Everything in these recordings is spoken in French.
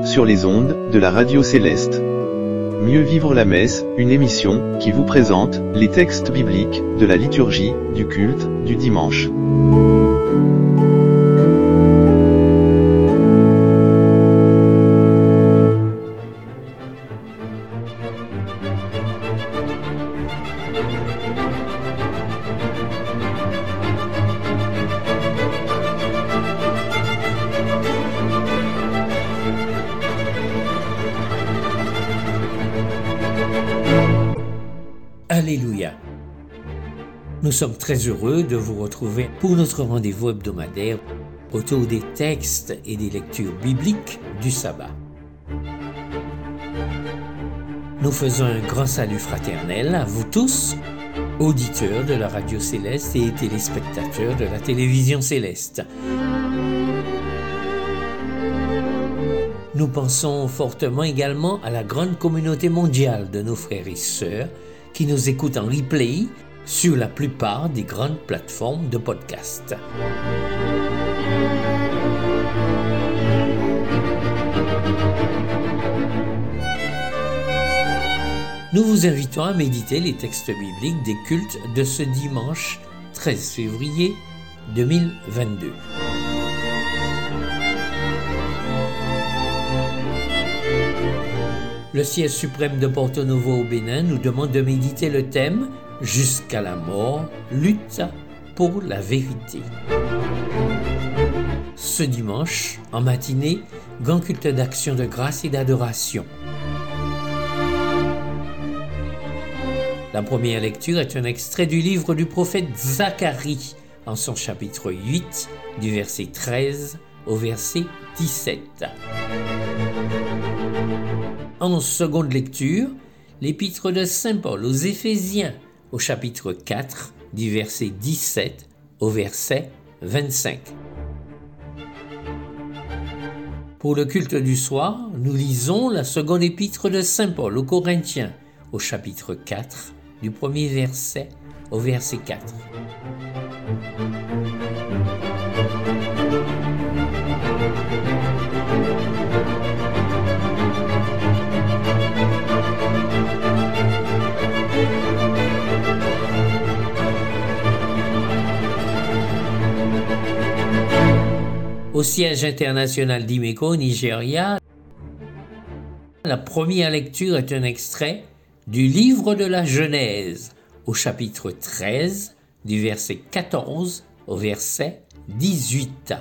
sur les ondes de la radio Céleste. Mieux vivre la messe, une émission qui vous présente les textes bibliques de la liturgie du culte du dimanche. Alléluia. Nous sommes très heureux de vous retrouver pour notre rendez-vous hebdomadaire autour des textes et des lectures bibliques du sabbat. Nous faisons un grand salut fraternel à vous tous, auditeurs de la radio Céleste et téléspectateurs de la télévision Céleste. Nous pensons fortement également à la grande communauté mondiale de nos frères et sœurs qui nous écoutent en replay sur la plupart des grandes plateformes de podcast. Nous vous invitons à méditer les textes bibliques des cultes de ce dimanche 13 février 2022. Le siège suprême de Porto Novo au Bénin nous demande de méditer le thème « Jusqu'à la mort, lutte pour la vérité ». Ce dimanche, en matinée, grand culte d'action de grâce et d'adoration. La première lecture est un extrait du livre du prophète Zacharie, en son chapitre 8, du verset 13 au verset 17. En seconde lecture, l'épître de Saint Paul aux Éphésiens, au chapitre 4, du verset 17 au verset 25. Pour le culte du soir, nous lisons la seconde épître de Saint Paul aux Corinthiens, au chapitre 4, du premier verset au verset 4. Au siège international d'Imeko, au Nigeria, la première lecture est un extrait du livre de la Genèse, au chapitre 13, du verset 14 au verset 18.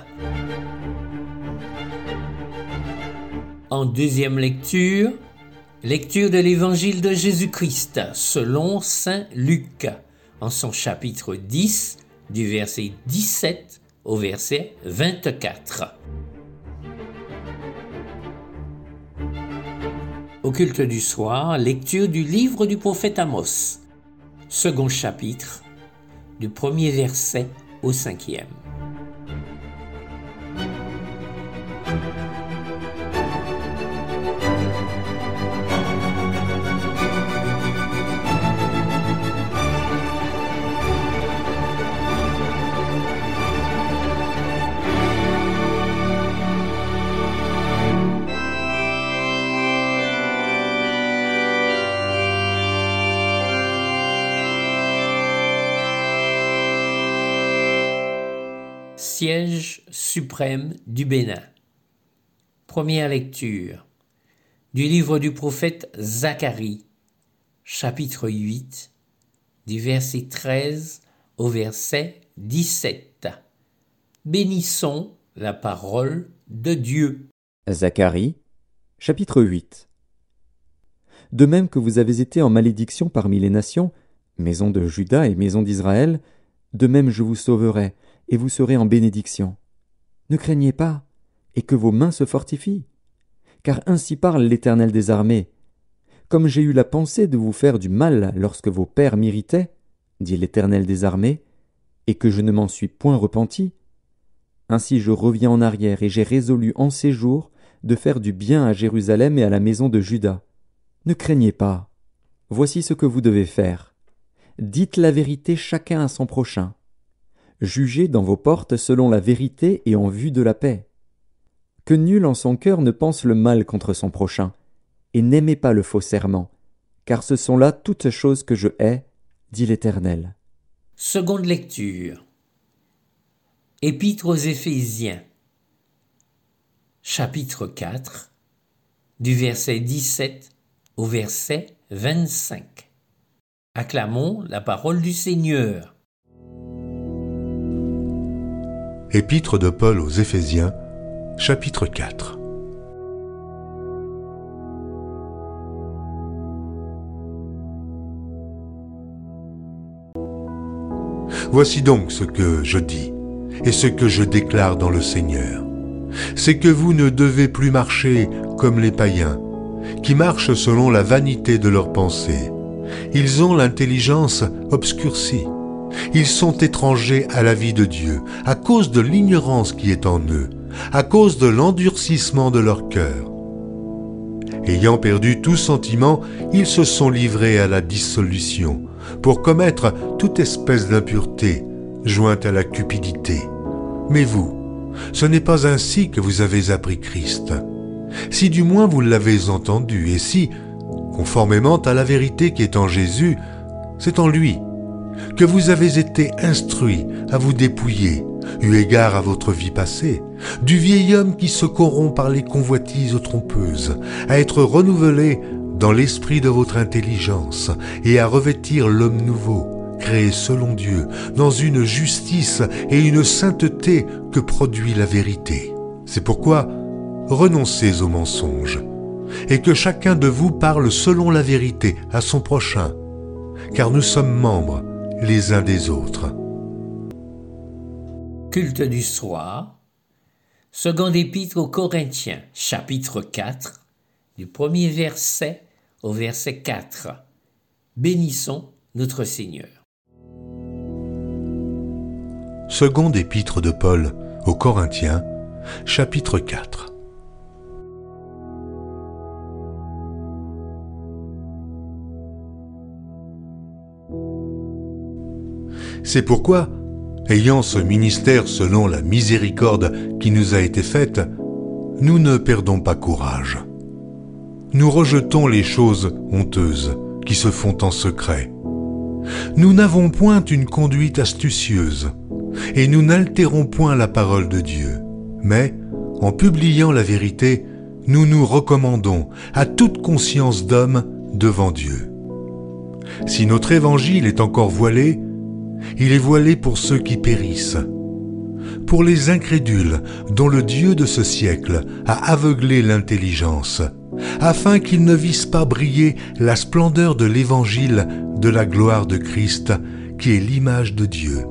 En deuxième lecture, lecture de l'évangile de Jésus-Christ selon saint Luc, en son chapitre 10, du verset 17 au verset 24. Au culte du soir, lecture du livre du prophète Amos, second chapitre, du premier verset au 5e. Siège suprême du Bénin. Première lecture du livre du prophète Zacharie, chapitre 8, du verset 13 au verset 17. Bénissons la parole de Dieu. Zacharie, chapitre 8. De même que vous avez été en malédiction parmi les nations, maison de Juda et maison d'Israël, de même je vous sauverai, et vous serez en bénédiction. Ne craignez pas, et que vos mains se fortifient. Car ainsi parle l'Éternel des armées. Comme j'ai eu la pensée de vous faire du mal lorsque vos pères m'irritaient, dit l'Éternel des armées, et que je ne m'en suis point repenti, ainsi je reviens en arrière et j'ai résolu en ces jours de faire du bien à Jérusalem et à la maison de Juda. Ne craignez pas. Voici ce que vous devez faire. Dites la vérité chacun à son prochain. Jugez dans vos portes selon la vérité et en vue de la paix. que nul en son cœur ne pense le mal contre son prochain, et n'aimez pas le faux serment, car ce sont là toutes choses que je hais, dit l'Éternel. Seconde lecture. Épître aux Éphésiens, chapitre 4, du verset 17 au verset 25. Acclamons la parole du Seigneur. Épître de Paul aux Éphésiens, chapitre 4. Voici donc ce que je dis, et ce que je déclare dans le Seigneur. C'est que vous ne devez plus marcher comme les païens, qui marchent selon la vanité de leurs pensées. Ils ont l'intelligence obscurcie. Ils sont étrangers à la vie de Dieu, à cause de l'ignorance qui est en eux, à cause de l'endurcissement de leur cœur. Ayant perdu tout sentiment, ils se sont livrés à la dissolution, pour commettre toute espèce d'impureté, jointe à la cupidité. Mais vous, ce n'est pas ainsi que vous avez appris Christ. Si du moins vous l'avez entendu, et si, conformément à la vérité qui est en Jésus, c'est en lui que vous avez été instruits à vous dépouiller, eu égard à votre vie passée, du vieil homme qui se corrompt par les convoitises trompeuses, à être renouvelé dans l'esprit de votre intelligence et à revêtir l'homme nouveau, créé selon Dieu, dans une justice et une sainteté que produit la vérité. C'est pourquoi renoncez aux mensonges, et que chacun de vous parle selon la vérité à son prochain, car nous sommes membres les uns des autres. Culte du soir. Seconde épître aux Corinthiens, chapitre 4, du premier verset au verset 4. Bénissons notre Seigneur. Seconde épître de Paul aux Corinthiens, chapitre 4. C'est pourquoi, ayant ce ministère selon la miséricorde qui nous a été faite, nous ne perdons pas courage. Nous rejetons les choses honteuses qui se font en secret. Nous n'avons point une conduite astucieuse, et nous n'altérons point la parole de Dieu. Mais, en publiant la vérité, nous nous recommandons à toute conscience d'homme devant Dieu. Si notre évangile est encore voilé, il est voilé pour ceux qui périssent, pour les incrédules dont le Dieu de ce siècle a aveuglé l'intelligence, afin qu'ils ne vissent pas briller la splendeur de l'évangile de la gloire de Christ, qui est l'image de Dieu.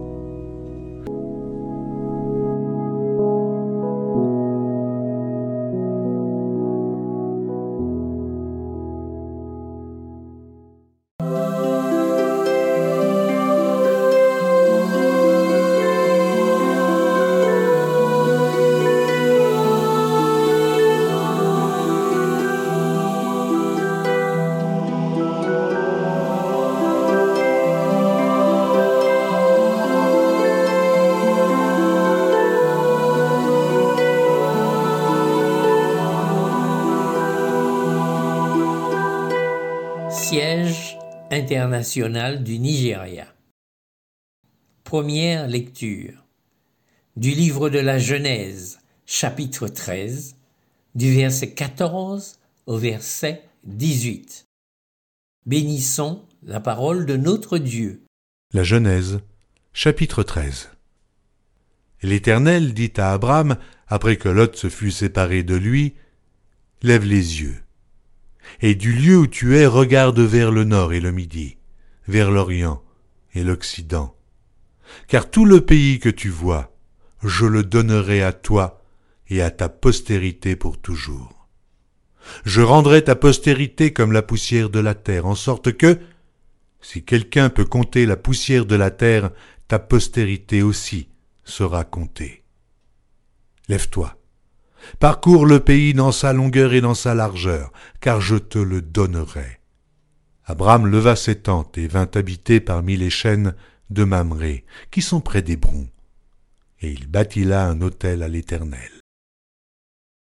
Siège international du Nigeria. Première lecture du livre de la Genèse, chapitre 13, du verset 14 au verset 18. Bénissons la parole de notre Dieu. La Genèse, chapitre 13. L'Éternel dit à Abraham, après que Lot se fut séparé de lui, « Lève les yeux, et du lieu où tu es, regarde vers le nord et le midi, vers l'orient et l'occident. Car tout le pays que tu vois, je le donnerai à toi et à ta postérité pour toujours. Je rendrai ta postérité comme la poussière de la terre, en sorte que, si quelqu'un peut compter la poussière de la terre, ta postérité aussi sera comptée. Lève-toi. Parcours le pays dans sa longueur et dans sa largeur, car je te le donnerai. » Abraham leva ses tentes et vint habiter parmi les chênes de Mamré, qui sont près d'Hébron, et il bâtit là un autel à l'Éternel.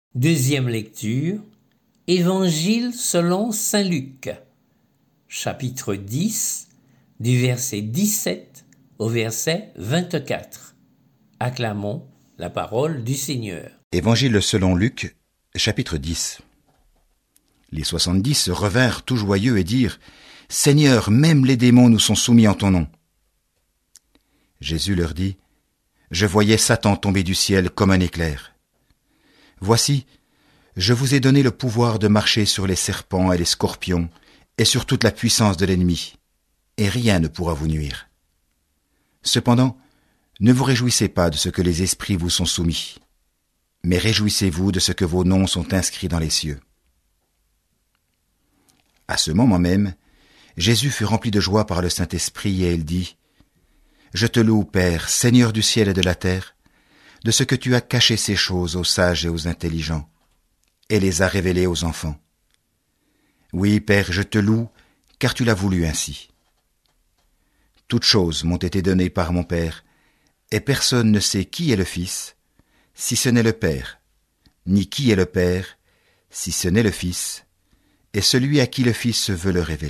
Deuxième lecture, Évangile selon saint Luc, chapitre 10, du verset 17 au verset 24. Acclamons la parole du Seigneur. Évangile selon Luc, chapitre 10. Les 70 revinrent tout joyeux et dirent : « Seigneur, même les démons nous sont soumis en ton nom. » Jésus leur dit : « Je voyais Satan tomber du ciel comme un éclair. Voici, je vous ai donné le pouvoir de marcher sur les serpents et les scorpions et sur toute la puissance de l'ennemi, et rien ne pourra vous nuire. Cependant, ne vous réjouissez pas de ce que les esprits vous sont soumis, mais réjouissez-vous de ce que vos noms sont inscrits dans les cieux. » À ce moment même, Jésus fut rempli de joie par le Saint-Esprit et il dit : « Je te loue, Père, Seigneur du ciel et de la terre, de ce que tu as caché ces choses aux sages et aux intelligents, et les as révélées aux enfants. Oui, Père, je te loue, car tu l'as voulu ainsi. Toutes choses m'ont été données par mon Père, et personne ne sait qui est le Fils, si ce n'est le Père, ni qui est le Père, si ce n'est le Fils, et celui à qui le Fils veut le révéler. »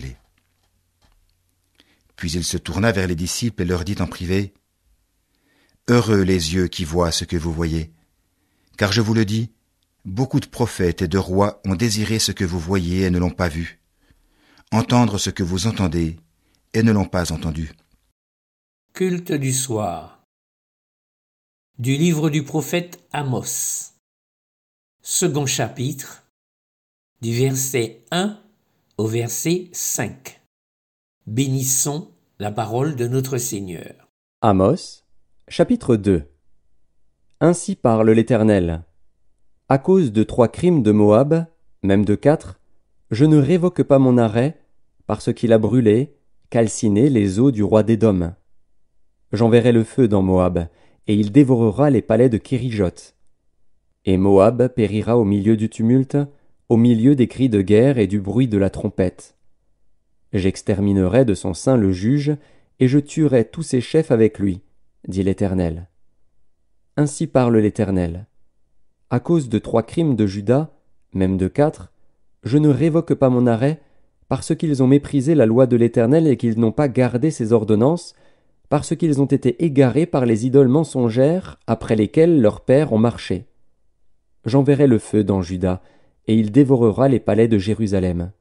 Puis il se tourna vers les disciples et leur dit en privé : « Heureux les yeux qui voient ce que vous voyez, car je vous le dis, beaucoup de prophètes et de rois ont désiré ce que vous voyez et ne l'ont pas vu, entendre ce que vous entendez et ne l'ont pas entendu. » Culte du soir. Du livre du prophète Amos. Second chapitre, du verset 1 au verset 5. Bénissons la parole de notre Seigneur. Amos, chapitre 2. Ainsi parle l'Éternel. À cause de 3 crimes de Moab, même de 4, je ne révoque pas mon arrêt, parce qu'il a brûlé, calciné les eaux du roi d'Édom. J'enverrai le feu dans Moab, et il dévorera les palais de Kérijot. Et Moab périra au milieu du tumulte, au milieu des cris de guerre et du bruit de la trompette. J'exterminerai de son sein le juge, et je tuerai tous ses chefs avec lui, dit l'Éternel. Ainsi parle l'Éternel. À cause de 3 crimes de Juda, même de 4, je ne révoque pas mon arrêt, parce qu'ils ont méprisé la loi de l'Éternel et qu'ils n'ont pas gardé ses ordonnances, parce qu'ils ont été égarés par les idoles mensongères après lesquelles leurs pères ont marché. J'enverrai le feu dans Juda, et il dévorera les palais de Jérusalem.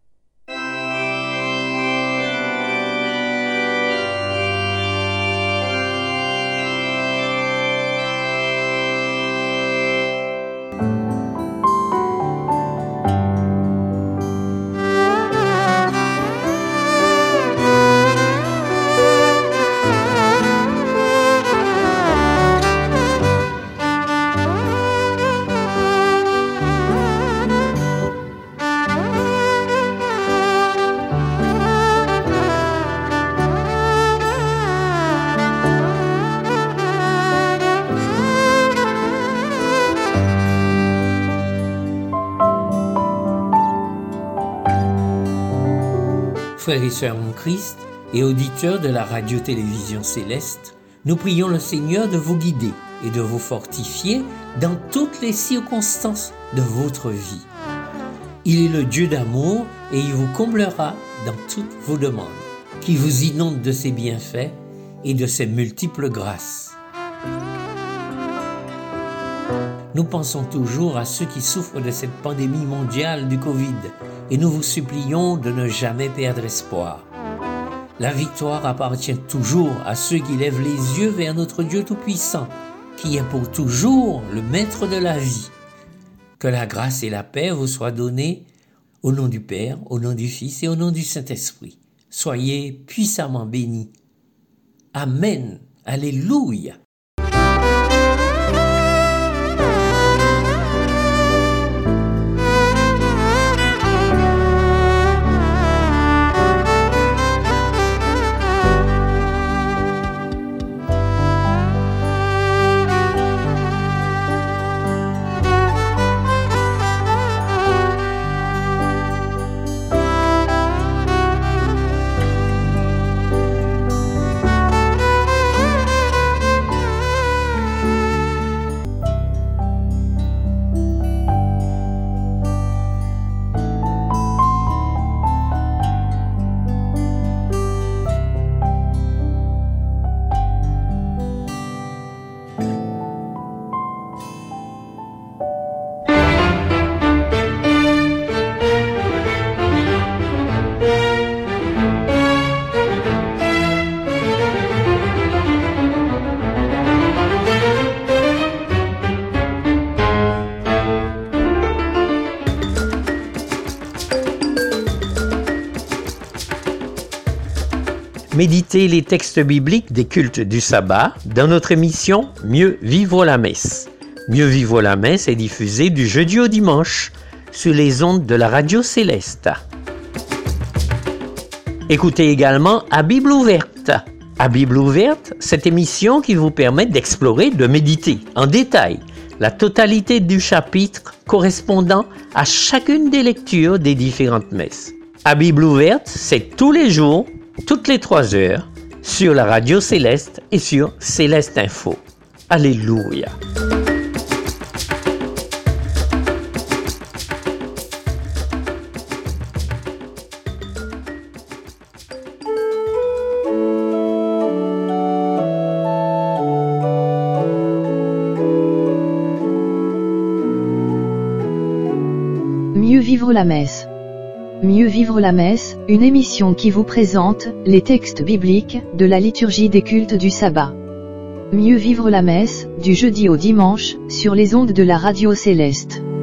Frères et sœurs en Christ et auditeurs de la radio-télévision céleste, nous prions le Seigneur de vous guider et de vous fortifier dans toutes les circonstances de votre vie. Il est le Dieu d'amour et il vous comblera dans toutes vos demandes, qui vous inonde de ses bienfaits et de ses multiples grâces. Nous pensons toujours à ceux qui souffrent de cette pandémie mondiale du Covid et nous vous supplions de ne jamais perdre espoir. La victoire appartient toujours à ceux qui lèvent les yeux vers notre Dieu Tout-Puissant, qui est pour toujours le Maître de la vie. Que la grâce et la paix vous soient données au nom du Père, au nom du Fils et au nom du Saint-Esprit. Soyez puissamment bénis. Amen. Alléluia. méditer les textes bibliques des cultes du sabbat dans notre émission Mieux vivre la messe. Mieux vivre la messe est diffusée du jeudi au dimanche sur les ondes de la radio Céleste. Écoutez également À Bible ouverte. À Bible ouverte, cette émission qui vous permet d'explorer, de méditer en détail la totalité du chapitre correspondant à chacune des lectures des différentes messes. À Bible ouverte, c'est tous les jours, toutes les 3 heures, sur la radio Céleste et sur Céleste Info. Alléluia! Mieux vivre la messe. Mieux vivre la messe, une émission qui vous présente les textes bibliques de la liturgie des cultes du sabbat. Mieux vivre la messe, du jeudi au dimanche, sur les ondes de la radio Céleste.